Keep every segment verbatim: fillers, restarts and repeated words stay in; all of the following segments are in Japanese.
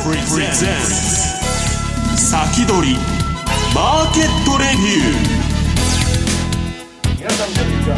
先取りマーケットレビュー。 皆さんこんにちは。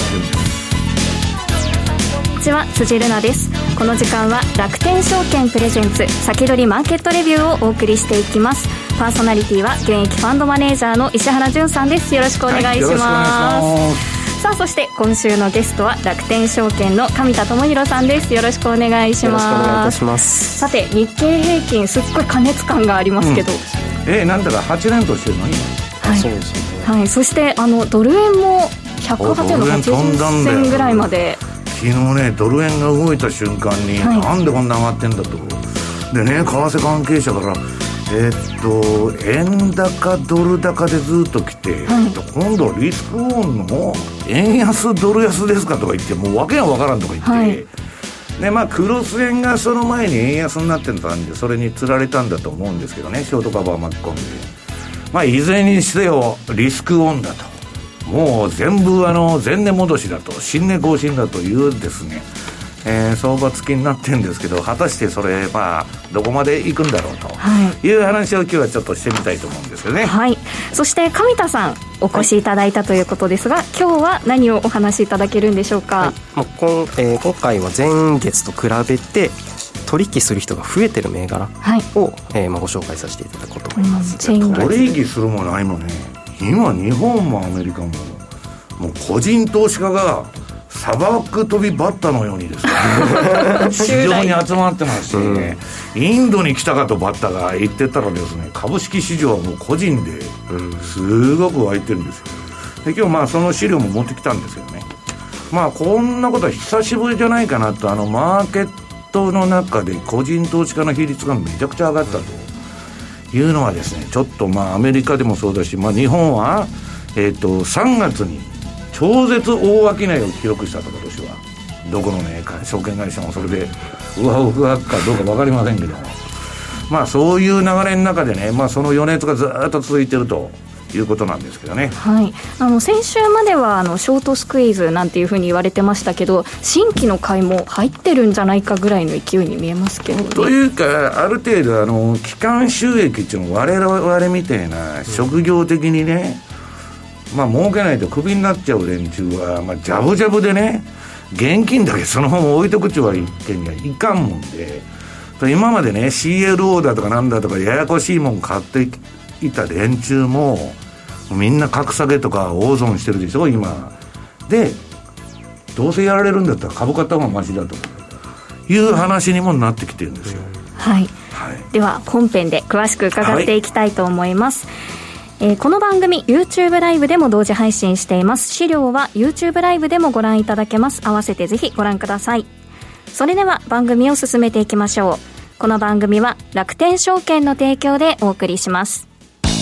こんにちは、辻るなです。この時間は楽天証券プレゼンツ先取りマーケットレビューをお送りしていきます。パーソナリティは現役ファンドマネージャーの石原潤さんです。よろしくお願いします。 はい、よろしくお願いします。 さあ、そして今週のゲストは楽天証券の上田智博さんです。よろしくお願いします。 よろしくお願いいたします。 さて、日経平均すっごい過熱感がありますけど、うん、 えー、なんだかはち連投してるの今、 はい、そうですね、はい、そしてあのドル円もひゃくはちえんのはちじゅっ銭ぐらいまで。 昨日ね、ドル円が動いた瞬間に、はい、なんでこんな上がってんだと。でね、為替関係者からえー、っと円高ドル高でずっと来て、はい、今度はリスクオンの円安ドル安ですかとか言って、もう訳が分からんとか言って、はい、でまあクロス円がその前に円安になってたんで、それに釣られたんだと思うんですけどね、ショートカバー巻き込んで、まあいずれにしてよリスクオンだと、もう全部あの前年戻しだと、新値更新だというですね、えー、相場付きになってるんですけど、果たしてそれ、まあ、どこまで行くんだろうという話を今日はちょっとしてみたいと思うんですよね。 はい、そして上田さんお越しいただいたということですが、はい、今日は何をお話しいただけるんでしょうか。はい、 もうこんえー、今回は前月と比べて取引する人が増えてる銘柄を、はい、えーまあ、ご紹介させていただこうと思います。 うん、取引するもないもね、今日本もアメリカももう個人投資家が砂漠飛びバッタのようにですね市場に集まってましてね、うん、インドに来たかとバッタが言ってたらですね、株式市場はもう個人ですごく湧いてるんですよ。で今日まあその資料も持ってきたんですけどね、まあこんなことは久しぶりじゃないかなと。あのマーケットの中で個人投資家の比率がめちゃくちゃ上がったというのはですね、ちょっとまあアメリカでもそうだし、まあ日本はえっとさんがつに超絶大商いを記録したと。今年はどこのね証券会社もそれでうわうわかどうか分かりませんけども、まあそういう流れの中でね、まあその余熱がずっと続いてるということなんですけどね。 はい、あの先週まではあのショートスクイーズなんていうふうに言われてましたけど、新規の買いも入ってるんじゃないかぐらいの勢いに見えますけどね。 というか、ある程度あの期間収益っていうのを我々みたいな職業的にね、まあ儲けないとクビになっちゃう連中は、まあ、ジャブジャブでね、現金だけそのまま置いとくちゅうわけにはいかんもんで、今までね シーエルオー だとかなんだとかややこしいもん買っていた連中もみんな格下げとか大損してるでしょ今で。どうせやられるんだったら株買った方がマシだという話にもなってきてるんですよ。 はい、はい、では本編で詳しく伺っていきたいと思います。はい、えー、この番組 YouTube ライブでも同時配信しています。資料は YouTube ライブでもご覧いただけます。合わせてぜひご覧ください。それでは番組を進めていきましょう。この番組は楽天証券の提供でお送りします。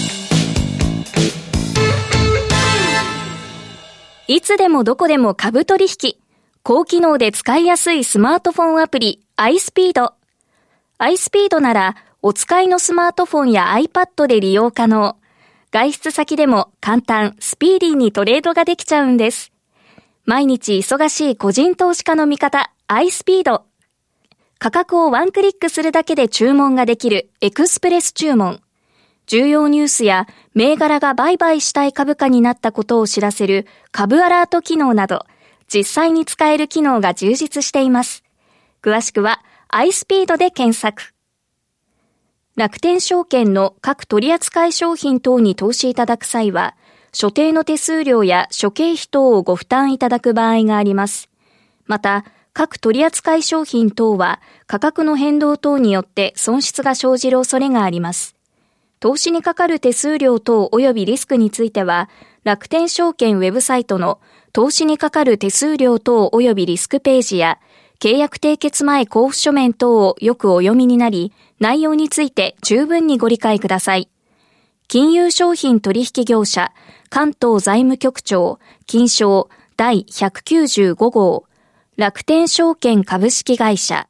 いつでもどこでも株取引、高機能で使いやすいスマートフォンアプリ iSpeed。 iSpeed ならお使いのスマートフォンや iPad で利用可能。外出先でも簡単、スピーディーにトレードができちゃうんです。毎日忙しい個人投資家の味方、iSpeed。価格をワンクリックするだけで注文ができるエクスプレス注文。重要ニュースや銘柄が売買したい株価になったことを知らせる株アラート機能など、実際に使える機能が充実しています。詳しくは iSpeed で検索。楽天証券の各取扱商品等に投資いただく際は、所定の手数料や諸経費等をご負担いただく場合があります。また、各取扱商品等は価格の変動等によって損失が生じる恐れがあります。投資にかかる手数料等及びリスクについては、楽天証券ウェブサイトの投資にかかる手数料等及びリスクページや、契約締結前交付書面等をよくお読みになり、内容について十分にご理解ください。金融商品取引業者関東財務局長金商第ひゃくきゅうじゅうご号楽天証券株式会社。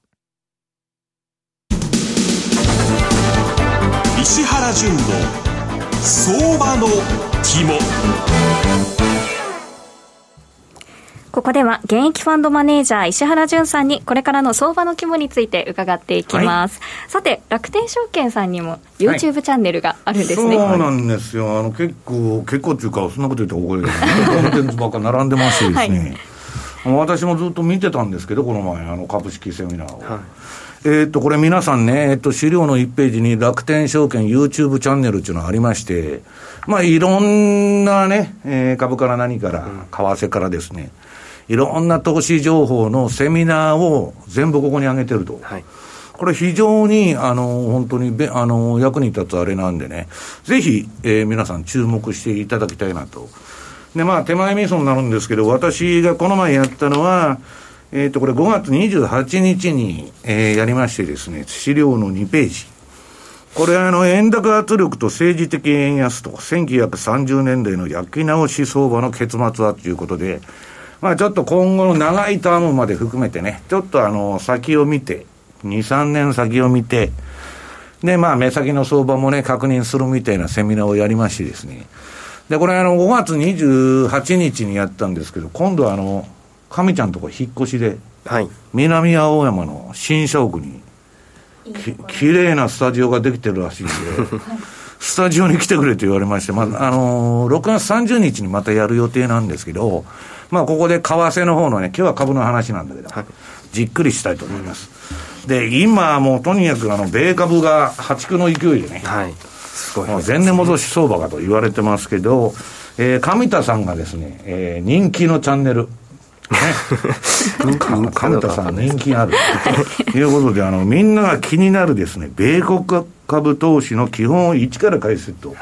石原淳の相場の肝。 ここでは現役ファンドマネージャー石原淳さんにこれからの相場の規模について伺っていきます、はい、さて楽天証券さんにも YouTube チャンネルがあるんですね、 はい、そうなんですよ。あの結構結構っていうかそんなこと言ったら怒られるコンテンツばっか並んでましてですね、はい、私もずっと見てたんですけどこの前あの株式セミナーを、はい、えー、っとこれ皆さんね、えー、っと資料のいちページに楽天証券 YouTube チャンネルっていうのがありまして、まあいろんなね、えー、株から何から為替からですね、いろんな投資情報のセミナーを全部ここに上げてると、はい、これ非常にあの本当にべあの役に立つあれなんでね、ぜひ、えー、皆さん注目していただきたいなと。でまあ手前味噌になるんですけど、私がこの前やったのはえっとこれごがつにじゅうはちにちに、えー、やりましてですね、資料のにページ、これはあの円高圧力と政治的円安とせんきゅうひゃくさんじゅうねんだいの焼き直し相場の結末はということで、まあちょっと今後の長いタームまで含めてね、ちょっとあの先を見てに、さんねん先を見て、でまあ目先の相場もね確認するみたいなセミナーをやりましてですね、でこれあのごがつにじゅうはちにちにやったんですけど、今度はあの上ちゃんとこ引っ越しで、はい、南青山の新社屋にききれいなスタジオができてるらしいんでスタジオに来てくれと言われまして、まああのー、ろくがつさんじゅうにちにまたやる予定なんですけど、まあここで為替の方のね、今日は株の話なんだけど、はい、じっくりしたいと思います、うん、で今もうとにかくあの米株が破竹の勢いでね、はい、すごい、前年戻し相場かと言われてますけど、えー、上田さんがですね、えー、人気のチャンネルね、上田さん人気あるということで、あのみんなが気になるですね、米国株投資の基本を一から解説と、はい、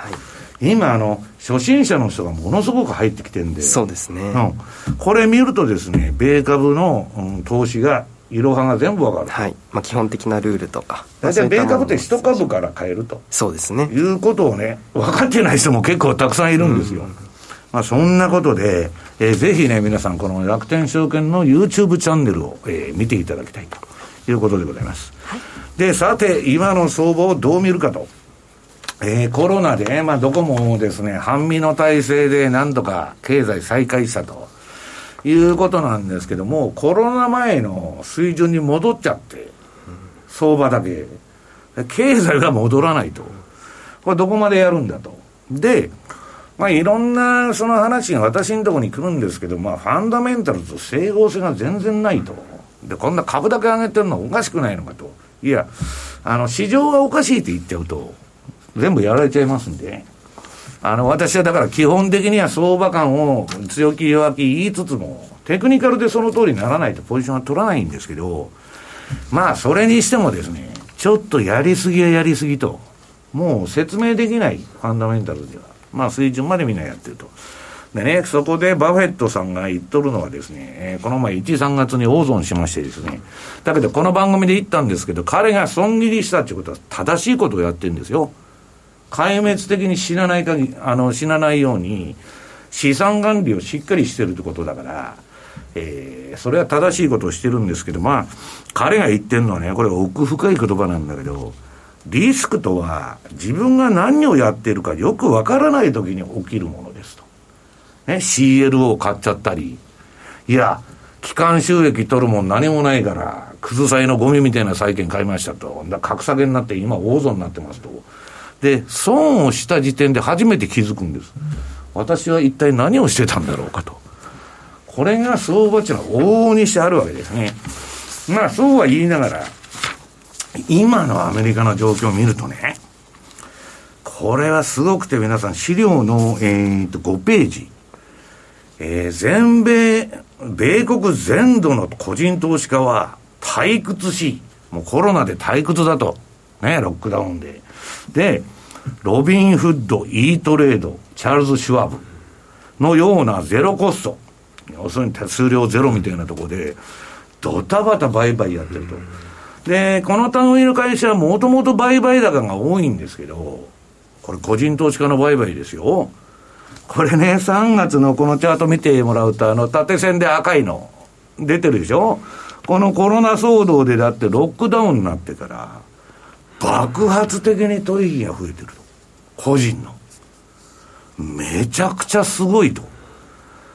今あの初心者の人がものすごく入ってきてるんで、 そうですね、 うん、これ見るとですね、米株の、うん、投資がいろはが全部わかる、 はい、まあ、基本的なルールとか、 大体米株って一株から買えると、 そうですね、 いうことをね分かってない人も結構たくさんいるんですよ、うん、まあ、そんなことで、えー、ぜひね皆さんこの楽天証券の YouTube チャンネルを、えー、見ていただきたいということでございます、はい、でさて今の相場をどう見るかと、えー、コロナで、まあ、どこもですね半身の体制でなんとか経済再開したということなんですけども、コロナ前の水準に戻っちゃって、相場だけ経済が戻らないと、これどこまでやるんだと。でまあ、いろんなその話が私のところに来るんですけど、まあ、ファンダメンタルと整合性が全然ないと。でこんな株だけ上げてるのはおかしくないのかと。いやあの市場がおかしいって言っちゃうと全部やられちゃいますんで、あの私はだから基本的には相場感を強気弱気言いつつもテクニカルでその通りにならないとポジションは取らないんですけど、まあそれにしてもですね、ちょっとやりすぎはやりすぎと、もう説明できないファンダメンタルではまあ水準までみんなやってると。でね、そこでバフェットさんが言っとるのはですね、えー、この前いち、さんがつに大損しましてですね、だけどこの番組で言ったんですけど、彼が損切りしたっていうことは正しいことをやってるんですよ。壊滅的に死なないかぎあの死なないように資産管理をしっかりしてるってことだから、えー、それは正しいことをしてるんですけど、まあ彼が言ってるのはね、これ奥深い言葉なんだけど、リスクとは自分が何をやっているかよくわからない時に起きるものですと、ね、シーエルオー 買っちゃったり、いや機関収益取るもん何もないからくずさいのゴミみたいな債券買いましたと、だ格下げになって今大損になってますと。で損をした時点で初めて気づくんです。私は一体何をしてたんだろうかと。これが相場値の往々にしてあるわけですね。まあそうは言いながら今のアメリカの状況を見るとね、これはすごくて、皆さん資料の、えー、とごページ、えー、全米米国全土の個人投資家は退屈し、もうコロナで退屈だとね、ロックダウンででロビンフッド、イートレード、チャールズ・シュワブのようなゼロコスト、要するに手数料ゼロみたいなところでドタバタ売買やってると。でこの類の会社はもともと売買高が多いんですけど、これ個人投資家の売買ですよ。これね、さんがつのこのチャート見てもらうと、あの縦線で赤いの出てるでしょ。このコロナ騒動でだってロックダウンになってから爆発的に取引が増えてると、個人のめちゃくちゃすごいと。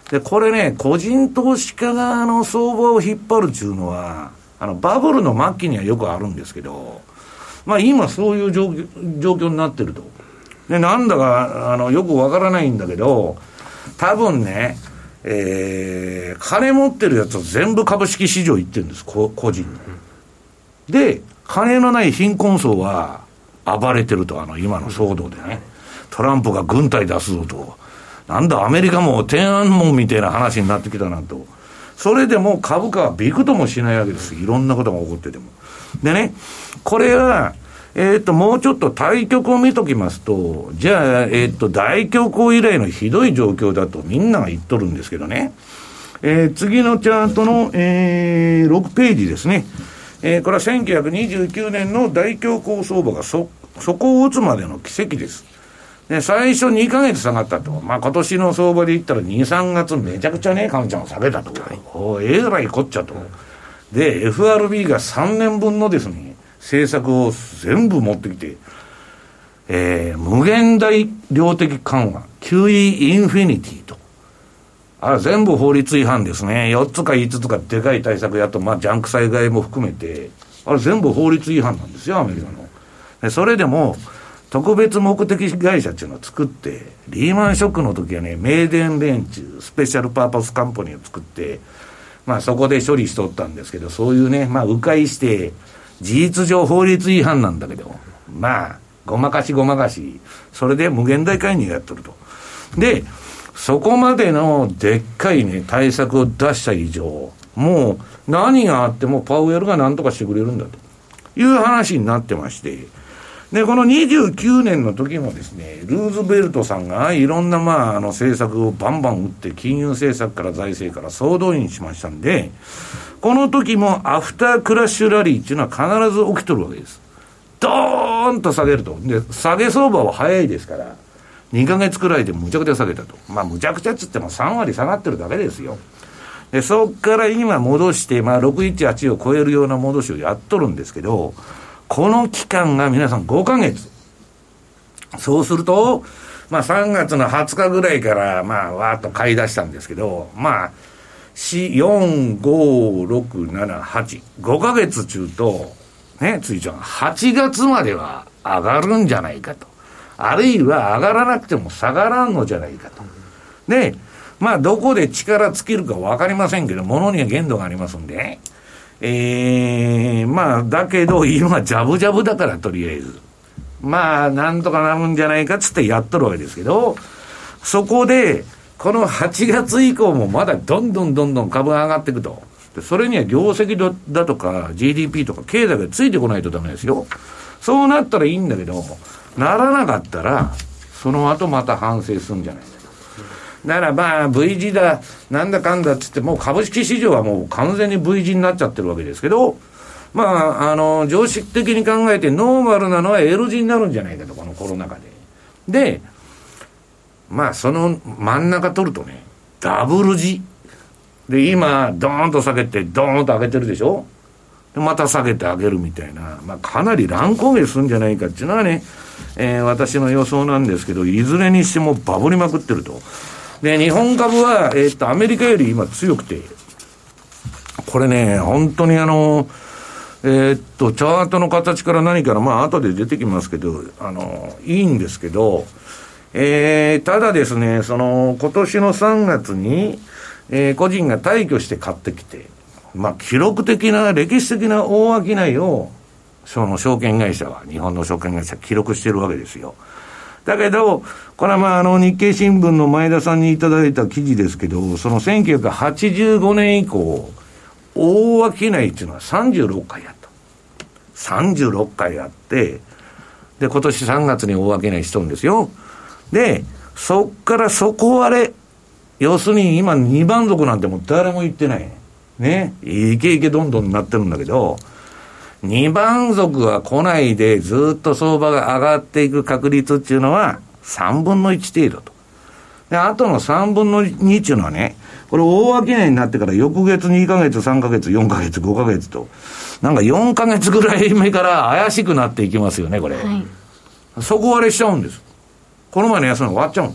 で、これね、個人投資家があの相場を引っ張るっていうのは、あのバブルの末期にはよくあるんですけど、まあ今そういう状況、状況になってると。で、なんだか、あの、よくわからないんだけど、多分ね、えー、金持ってるやつは全部株式市場行ってるんです、個人の。で、金のない貧困層は暴れてると、あの、今の騒動でね。トランプが軍隊出すぞと。なんだ、アメリカも天安門みたいな話になってきたなと。それでも株価はびくともしないわけです。いろんなことが起こってても。でね、これは、えっと、もうちょっと対局を見ときますと、じゃあ、えっと、大恐慌以来のひどい状況だとみんなが言っとるんですけどね。えー、次のチャートの、えー、ろくページですね。えー、これはせんきゅうひゃくにじゅうきゅうねんの大恐慌相場がそ、底を打つまでの奇跡です。で、最初にかげつ下がったと。まあ、今年の相場で言ったらに、さんがつめちゃくちゃね、カムちゃんを下げたと。はい、おえらいこっちゃと。で、エフアールビー がさんねんぶんのですね、政策を全部持ってきて、えー、無限大量的緩和、キューイー インフィニティと。あれ全部法律違反ですね。よっつかいつつかでかい対策やと、まあ、ジャンク災害も含めて、あれ全部法律違反なんですよ、アメリカの。でそれでも、特別目的会社っていうのを作って、リーマンショックの時はね、メイデンベンチュー、スペシャルパーパスカンパニーを作って、まあそこで処理しとったんですけど、そういうね、まあ迂回して、事実上法律違反なんだけど、まあ、ごまかしごまかし、それで無限大介入やっとると。で、そこまでのでっかいね、対策を出した以上、もう何があってもパウエルが何とかしてくれるんだという話になってまして、で、このにじゅうきゅうねんの時もですね、ルーズベルトさんがいろんなまあ、あの政策をバンバン打って、金融政策から財政から総動員しましたんで、この時もアフタークラッシュラリーっていうのは必ず起きとるわけです。ドーンと下げると。で、下げ相場は早いですから、にかげつくらいでむちゃくちゃ下げたと。まあ、むちゃくちゃっつってもさんわり下がってるだけですよ。で、そっから今戻して、まあ、ろくいちはちを超えるような戻しをやっとるんですけど、この期間が皆さんごかげつ。そうすると、まあさんがつのはつかぐらいから、まあわーっと買い出したんですけど、まあ、よん、ご、ろく、なな、はち、ごかげつ中と、ね、ついちゃん、はちがつまでは上がるんじゃないかと。あるいは上がらなくても下がらんのじゃないかと。で、まあどこで力尽きるかわかりませんけど、物には限度がありますんでね。えー、まあ、だけど、今、ジャブジャブだから、とりあえず。まあ、なんとかなるんじゃないかっつってやっとるわけですけど、そこで、このはちがつ以降もまだどんどんどんどん株が上がっていくと。でそれには業績だとか、ジーディーピー とか、経済がついてこないとダメですよ。そうなったらいいんだけど、ならなかったら、その後また反省するんじゃないか。だからまあ ブイ 字だなんだかんだっつってもう株式市場はもう完全に ブイ 字になっちゃってるわけですけど、まああの常識的に考えてノーマルなのは L 字になるんじゃないかと、このコロナ禍で。でまあその真ん中取るとね、ダブル字で今ドーンと下げてドーンと上げてるでしょ。でまた下げて上げるみたいな、まあかなり乱高下するんじゃないかっていうのはね、えー、私の予想なんですけど、いずれにしてもバブりまくってると。で、日本株は、えー、っと、アメリカより今強くて、これね、本当にあの、えー、っと、チャートの形から何から、まあ、後で出てきますけど、あの、いいんですけど、えー、ただですね、その、今年のさんがつに、えー、個人が大挙して買ってきて、まあ、記録的な、歴史的な大商いを、その証券会社は、日本の証券会社記録してるわけですよ。だけど、これはまあ、あの、日経新聞の前田さんにいただいた記事ですけど、そのせんきゅうひゃくはちじゅうごねん以降、大商いっていうのはさんじゅうろっかいあった。さんじゅうろっかいあって、で、今年さんがつに大商いしとるんですよ。で、そっから底割れ、要するに今にばん底なんてもう誰も言ってない。ね。イケイケどんどんになってるんだけど、にばん底が来ないでずっと相場が上がっていく確率っていうのはさんぶんのいち程度と。で、あとのさんぶんのにっていうのはね、これ大商いになってから翌月にかげつ、さんかげつ、よんかげつ、ごかげつと、なんかよんかげつぐらい目から怪しくなっていきますよね、これ。はい、底割れしちゃうんです。この前の安値終わっちゃうんです。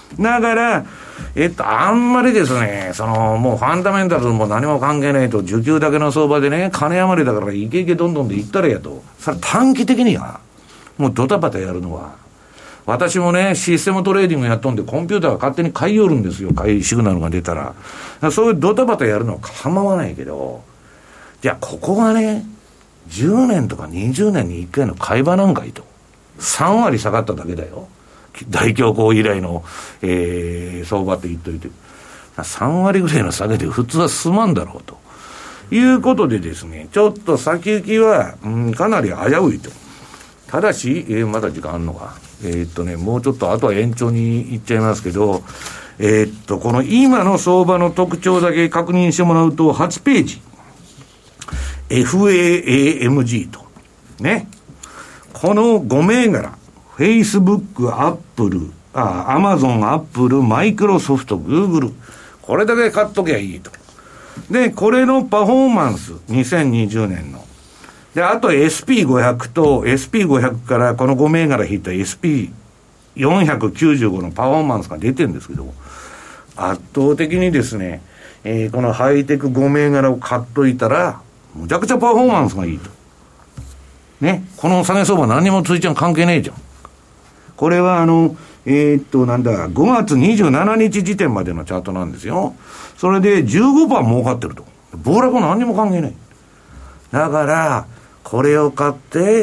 だから、えっと、あんまりですね、その、もうファンダメンタルも何も関係ないと、需給だけの相場でね、金余りだからイケイケどんどんでいったらやと。それ短期的には、もうドタバタやるのは、私もね、システムトレーディングやっとんで、コンピューターが勝手に買い寄るんですよ、買いシグナルが出たら。らそういうドタバタやるのは構わないけど、じゃあここがね、じゅうねんとかにじゅうねんにいっかいの買い場なんかいと。さんわり下がっただけだよ。大恐慌以来の、えー、相場って言っといて。さんわりぐらいの下げで普通は進まんだろうと。いうことでですね、ちょっと先行きは、うん、かなり危ういと。ただし、えー、まだ時間あんのか。えー、っとね、もうちょっとあとは延長に行っちゃいますけど、えー、っと、この今の相場の特徴だけ確認してもらうと、はちページ。エフエーエーエムジー と。ね。このご銘柄。Facebook、Apple、あ、Amazon、Apple、Microsoft、Google。これだけ買っときゃいいと。で、これのパフォーマンス、にせんにじゅうねんの。で、あと エスピーごひゃく と エスピーごひゃく からこのご銘柄引いた エスピーよんひゃくきゅうじゅうご のパフォーマンスが出てるんですけど、圧倒的にですね、えー、このハイテクご銘柄を買っといたら、むちゃくちゃパフォーマンスがいいと。ね、この下げ相場何にもついちゃん関係ねえじゃん。これはあの、えー、っと、なんだ、ごがつにじゅうしちにち時点までのチャートなんですよ。それで じゅうごパーセント 儲かってると。暴落何にも関係ない。だから、これを買って、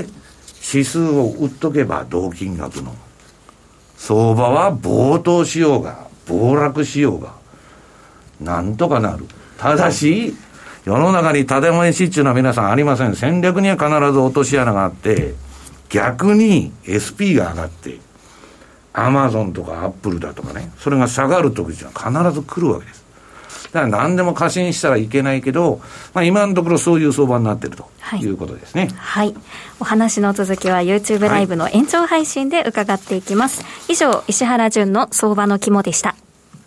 指数を売っとけば同金額の。相場は暴騰しようが、暴落しようが、なんとかなる。ただし、世の中に建前しっていうのは皆さんありません。戦略には必ず落とし穴があって、逆に エスピー が上がって、アマゾンとかアップルだとかね、それが下がるときには必ず来るわけです。だから何でも過信したらいけないけど、まあ、今のところそういう相場になっているということですね。 はい。はい、お話の続きは YouTube ライブの延長配信で伺っていきます。はい、以上、石原潤の相場の肝でした。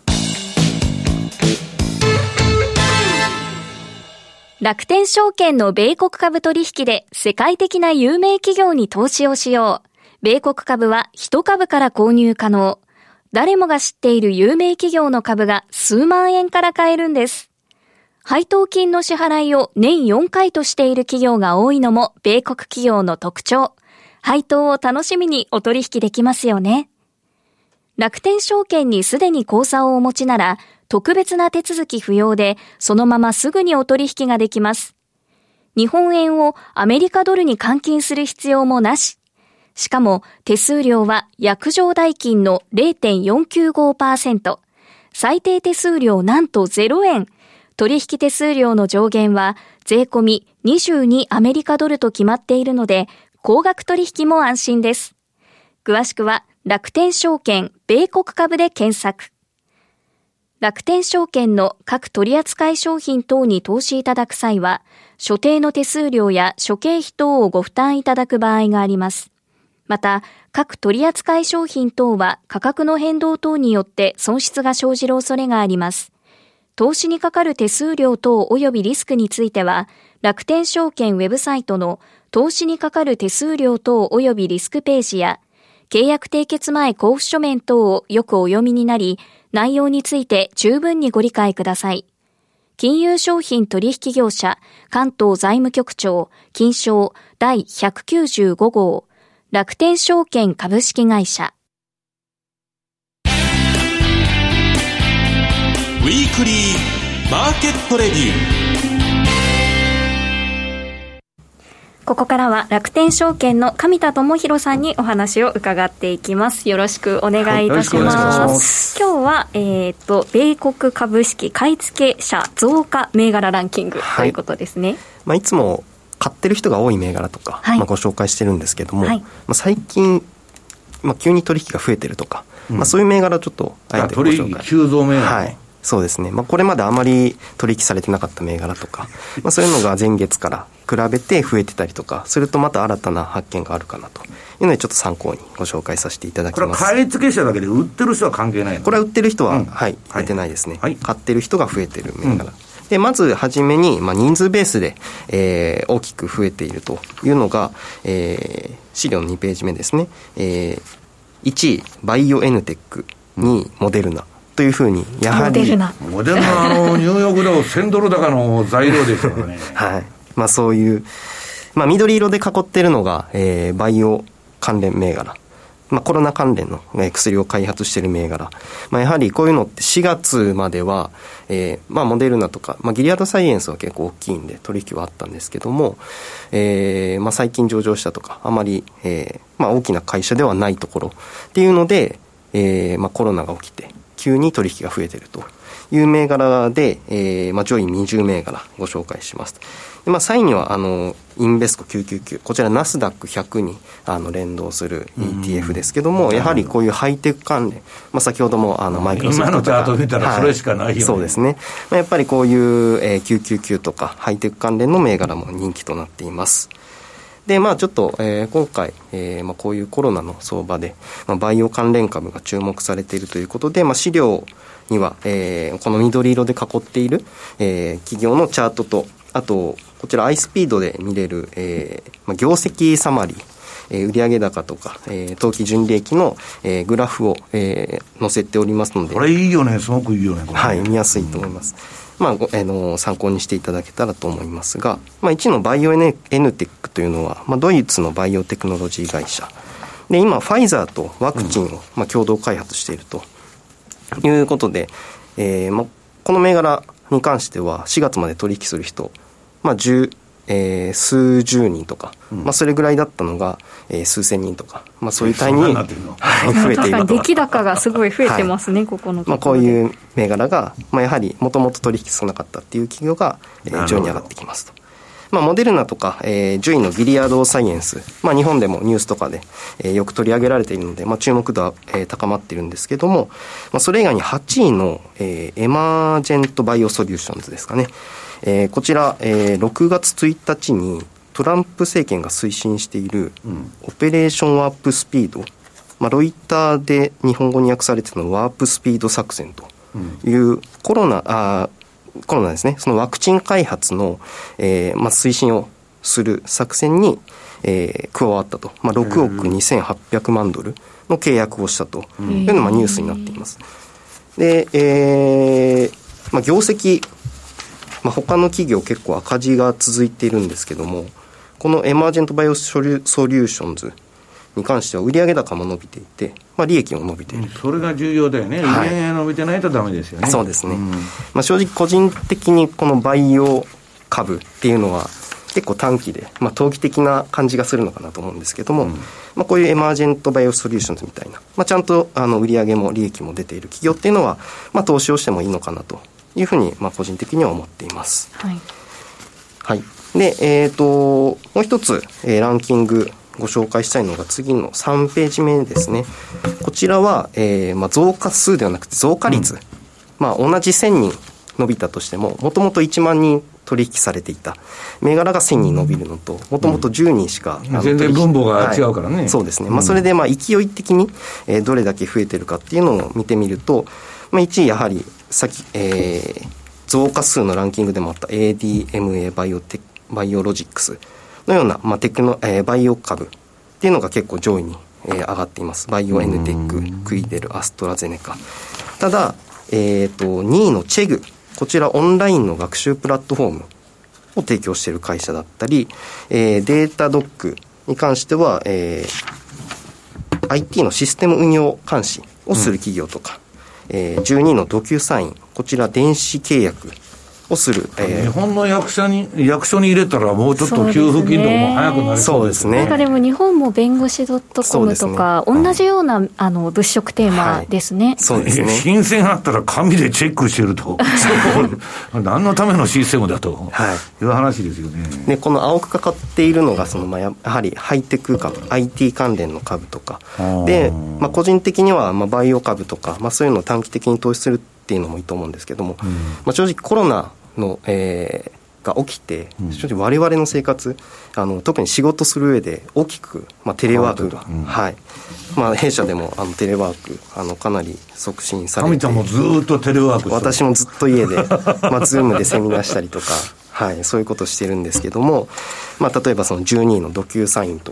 楽天証券の米国株取引で世界的な有名企業に投資をしよう。米国株は一株から購入可能。誰もが知っている有名企業の株が数万円から買えるんです。配当金の支払いを年よんかいとしている企業が多いのも米国企業の特徴。配当を楽しみにお取引できますよね。楽天証券にすでに口座をお持ちなら、特別な手続き不要で、そのまますぐにお取引ができます。日本円をアメリカドルに換金する必要もなし。しかも手数料は約定代金の ゼロてんよんきゅうごパーセント。最低手数料なんとゼロえん。取引手数料の上限は税込みにじゅうにアメリカドルと決まっているので、高額取引も安心です。詳しくは楽天証券米国株で検索。楽天証券の各取扱商品等に投資いただく際は、所定の手数料や諸経費等をご負担いただく場合があります。また、各取扱商品等は価格の変動等によって損失が生じる恐れがあります。投資にかかる手数料等及びリスクについては、楽天証券ウェブサイトの投資にかかる手数料等及びリスクページや、契約締結前交付書面等をよくお読みになり、内容について十分にご理解ください。金融商品取引業者関東財務局長金商第ひゃくきゅうじゅうご号楽天証券株式会社。 ウィークリーマーケットレビュー。 ここからは楽天証券の上田智博さんにお話を伺っていきます。よろしくお願いいたします。はい、よろしくお願いします。今日は、えー、と米国株式買い付け者増加銘柄ランキングということですね。はい、 まあ、いつも買ってる人が多い銘柄とか、はい、まあ、ご紹介してるんですけども、はい、まあ、最近、まあ、急に取引が増えてるとか、うん、まあ、そういう銘柄をちょっとあえてご紹介。 取引急増銘柄、 はい、そうですね。まあ、これまであまり取引されてなかった銘柄とか、まあ、そういうのが前月から比べて増えてたりとかすると、また新たな発見があるかなというので、ちょっと参考にご紹介させていただきます。 これは買い付け者だけで売ってる人は関係ないの？ これは売ってる人は、うん、はい、出てないですね。はい、買ってる人が増えてる銘柄。うん、でまずはじめに、まあ、人数ベースで、えー、大きく増えているというのが、えー、資料のにページ目ですね。えー、いちいバイオエヌテック、 にモデルナというふうに、やはりモデルナモデルナあのニューヨークダウせんドル高の材料ですからねはい、まあ、そういう、まあ、緑色で囲っているのが、えー、バイオ関連銘柄、まあ、コロナ関連の薬を開発している銘柄、まあ、やはりこういうのってしがつまでは、えーまあ、モデルナとか、まあ、ギリアドサイエンスは結構大きいんで取引はあったんですけども、えーまあ、最近上場したとかあまり、えーまあ、大きな会社ではないところっていうので、えーまあ、コロナが起きて急に取引が増えているという銘柄で、えーまあ、上位にじゅう銘柄ご紹介します。で、まあ、さんいにはあのインベスコきゅうきゅうきゅう、こちらナスダックひゃくにあの連動する イーティーエフ ですけども、やはりこういうハイテク関連、まあ、先ほどもあのマイクロソフトとか今のチャート見たらそれしかないよね、はい、 そうですね、まあ、やっぱりこういう、えー、きゅうきゅうきゅうとかハイテク関連の銘柄も人気となっています。で、まあ、ちょっと、えー、今回、えーまあ、こういうコロナの相場で、まあ、バイオ関連株が注目されているということで、まあ、資料には、えー、この緑色で囲っている、えー、企業のチャートと、あとこちら iSpeed で見れる、えーまあ、業績サマリー、えー、売上高とか、えー、当期純利益の、えー、グラフを、えー、載せておりますので、 これいいよね、すごくいいよね、これはい、見やすいと思います、うん、まあ、あの参考にしていただけたらと思いますが、まあ、いちのバイオエネテックというのは、まあ、ドイツのバイオテクノロジー会社で、今ファイザーとワクチンを、まあ、共同開発しているということで、えーまあ、この銘柄に関してはしがつまで取引する人、まあ十えー、数十人とか、うん、まあ、それぐらいだったのが、えー、数千人とか、まあ、そういう単位に、はい、増えていると。 確かに出来高がすごい増えてますね、はい、ここのところで、 まあ、こういう銘柄が、まあ、やはりもともと取引少なかったっていう企業が、えー、上位に上がってきますと。まあ、モデルナとか、えー、じゅういのギリアドサイエンス、まあ、日本でもニュースとかで、えー、よく取り上げられているので、まあ、注目度は、えー、高まっているんですけども、まあ、それ以外にはちいの、えー、エマージェントバイオソリューションズですかね、えー、こちら、えー、ろくがつついたちにトランプ政権が推進している、うん、オペレーションワープスピード、まあ、ロイターで日本語に訳されているのはワープスピード作戦という、うん、コロナあコロナですね、そのワクチン開発の、えーまあ、推進をする作戦に、えー、加わったと、まあ、ろくおくにせんはっぴゃくまんドルの契約をしたというのがニュースになっています。で、えーまあ、業績、まあ、他の企業結構赤字が続いているんですけども、このエマージェントバイオソリューションズに関しては売上高も伸びていて、まあ、利益も伸びている、 それが重要だよね、売上が伸びてないとダメですよね、 はい、そうですね、うん、まあ、正直個人的にこのバイオ株っていうのは結構短期で、まあ、投機的な感じがするのかなと思うんですけども、うん、まあ、こういうエマージェントバイオソリューションズみたいな、まあ、ちゃんとあの売上も利益も出ている企業っていうのは、まあ、投資をしてもいいのかなというふうに、まあ、個人的には思っています。はい、はい、で、えーと、もう一つ、えー、ランキングご紹介したいのが次のさんページ目ですね。こちらは、えーまあ、増加数ではなくて増加率、うん、まあ、同じせんにん伸びたとしてももともといちまんにん取引されていた銘柄がせんにん伸びるのと、もともとじゅうにんしか、 うん、全然分母が違うからね、 はい、そうですね、まあ、それでまあ勢い的に、えー、どれだけ増えてるかっていうのを見てみると、まあ、いちいやはり先、えー、増加数のランキングでもあった エーディーエムエー バイオテバイオロジックスのような、まあ、テクノ、えー、バイオ株っていうのが結構上位に、えー、上がっています。バイオエネテック、クイデル、アストラゼネカ。ただ、えーと、にいのチェグ、こちらオンラインの学習プラットフォームを提供している会社だったり、えー、データドックに関しては、えー、アイティー のシステム運用監視をする企業とか、うん、えー、じゅうにいのドキュサイン、こちら電子契約をする、 えー、日本の役所に役所に入れたらもうちょっと給付金とかも早くなりそうですね。 なんかでも日本も弁護士 .com とか、ね、同じような、うん、あの物色テーマですね、はい、 そうですね。 申請があったら紙でチェックしてると何のためのシステムだと、はい、いう話ですよね。 でこの青くかかっているのがその、まあ、やはりハイテク株 アイティー 関連の株とかで、まあ、個人的にはまあバイオ株とか、まあ、そういうのを短期的に投資するっていうのもいいと思うんですけども、うん、まあ、正直コロナの、えー、が起きて、正直我々の生活、あの特に仕事する上で大きく、まあ、テレワークが、うん、はい、まあ、弊社でもあのテレワークあのかなり促進されて、 神ちゃんもずっとテレワークしてる。 私もずっと家で、まあ、Zoom でセミナーしたりとか、はい、そういうことをしてるんですけども、まあ、例えばそのじゅうにいのドキューサインとか、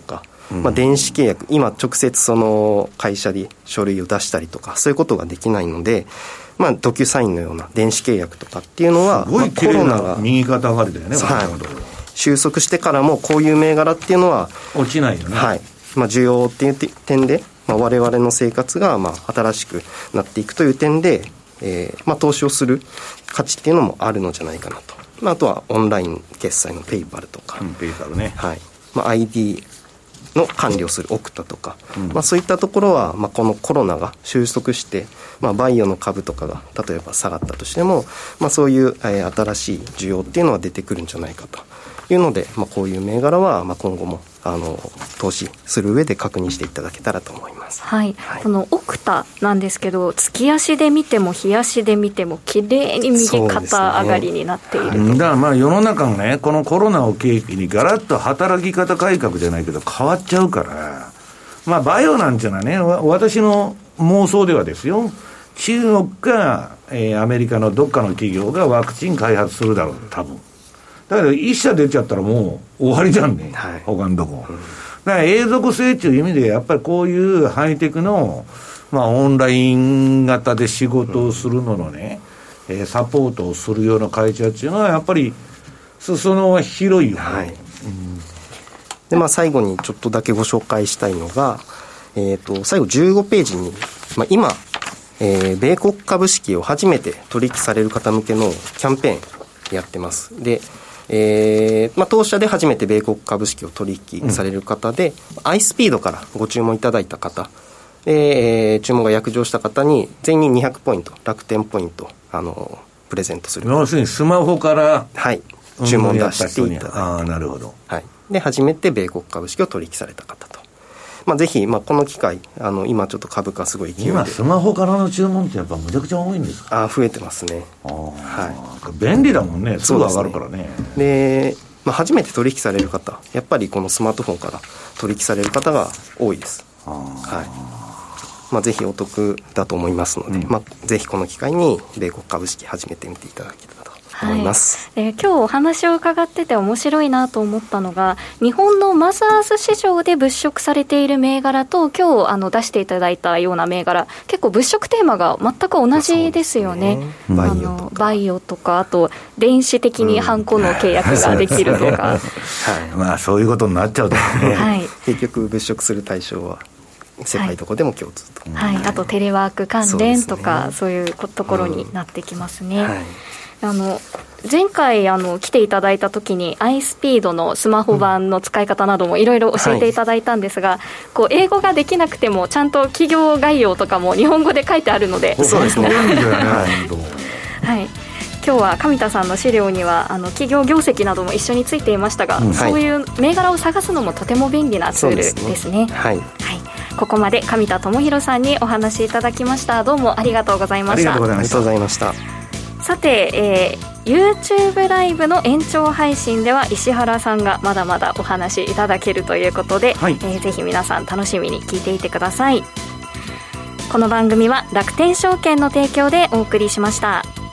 うん、まあ、電子契約、今直接その会社で書類を出したりとかそういうことができないので、まあ、ドキュサインのような電子契約とかっていうのは、 すごい綺麗な右肩上がりだよね、 はい、収束してからもこういう銘柄っていうのは落ちないよね、 はい、まあ、需要っていう点で、まあ、我々の生活がまあ新しくなっていくという点で、えーまあ、投資をする価値っていうのもあるのじゃないかなと、まあ、あとはオンライン決済のペイパルとか、 うん、ペイパルね、 はい、まあ、アイディー の管理をするオクタとか、うん、まあ、そういったところは、まあ、このコロナが収束して、まあ、バイオの株とかが例えば下がったとしても、まあ、そういう、えー、新しい需要っていうのは出てくるんじゃないかというので、まあ、こういう銘柄は、まあ、今後もあの投資する上で確認していただけたらと思います。 はい、 はい、 このオクタなんですけど、月足で見ても日足で見ても綺麗に右肩上がりになっている、 ね、だからまあ世の中のね、このコロナを契機にガラッと働き方改革じゃないけど変わっちゃうから、まあバイオなんていうのはね、私の妄想ではですよ、中国か、えー、アメリカのどっかの企業がワクチン開発するだろう、多分。だけど一社出ちゃったらもう終わりじゃんね、はい、他のとこ、うん、だから永続性っていう意味でやっぱりこういうハイテクの、まあ、オンライン型で仕事をするののね、うん、えー、サポートをするような会社っていうのはやっぱり裾野は広いよね、はい、うん、 で、まあ、最後にちょっとだけご紹介したいのが、えー、と最後じゅうごページに、まあ、今、えー、米国株式を初めて取引される方向けのキャンペーンやってます。で、えーまあ、当社で初めて米国株式を取引される方で、うん、アイスピードからご注文いただいた方で、えー、注文が約定した方に全員ににひゃくポイント、楽天ポイントあのプレゼントする。 要するにスマホから、 はい、注文出していただいて、 ああ、なるほど、 はい、で初めて米国株式を取引された方と、まあ、ぜひ、まあ、この機会あの今ちょっと株価すごい勢いで、 今スマホからの注文ってやっぱむちゃくちゃ多いんですか？ あ、増えてますね。 あ、はい、便利だもんね、すぐ上がるからね。 で、まあ、初めて取引される方、やっぱりこのスマートフォンから取引される方が多いです。あ、はい、まあ、ぜひお得だと思いますので、うん、まあ、ぜひこの機会に米国株式始めてみていただけたらと思います。 はい、えー、今日お話を伺ってて面白いなと思ったのが、日本のマザーズ市場で物色されている銘柄と今日あの出していただいたような銘柄、結構物色テーマが全く同じですよね。 うん、 バイオとか、バイオとか、あと電子的にハンコの契約ができるとか、うん、はい、 まあそういうことになっちゃうとね、はい、 結局物色する対象は世界どこでも共通と、 はい、はい、あとテレワーク関連とか そう,、ね、そういうところになってきますね。うん、はい、あの前回あの来ていただいた時に iSpeed のスマホ版の使い方などもいろいろ教えていただいたんですが、うん、はい、こう英語ができなくてもちゃんと企業概要とかも日本語で書いてあるので、 そうですね、 はい、今日は上田さんの資料にはあの企業業績なども一緒についていましたが、うん、そういう銘柄を探すのもとても便利なツールですね。はい、はい、ここまで上田智博さんにお話しいただきました。どうもありがとうございました。 ありがとうございました。 さて、えー、YouTube ライブの延長配信では石原さんがまだまだお話いただけるということで、はい、えー、ぜひ皆さん楽しみに聞いていてください。この番組は楽天証券の提供でお送りしました。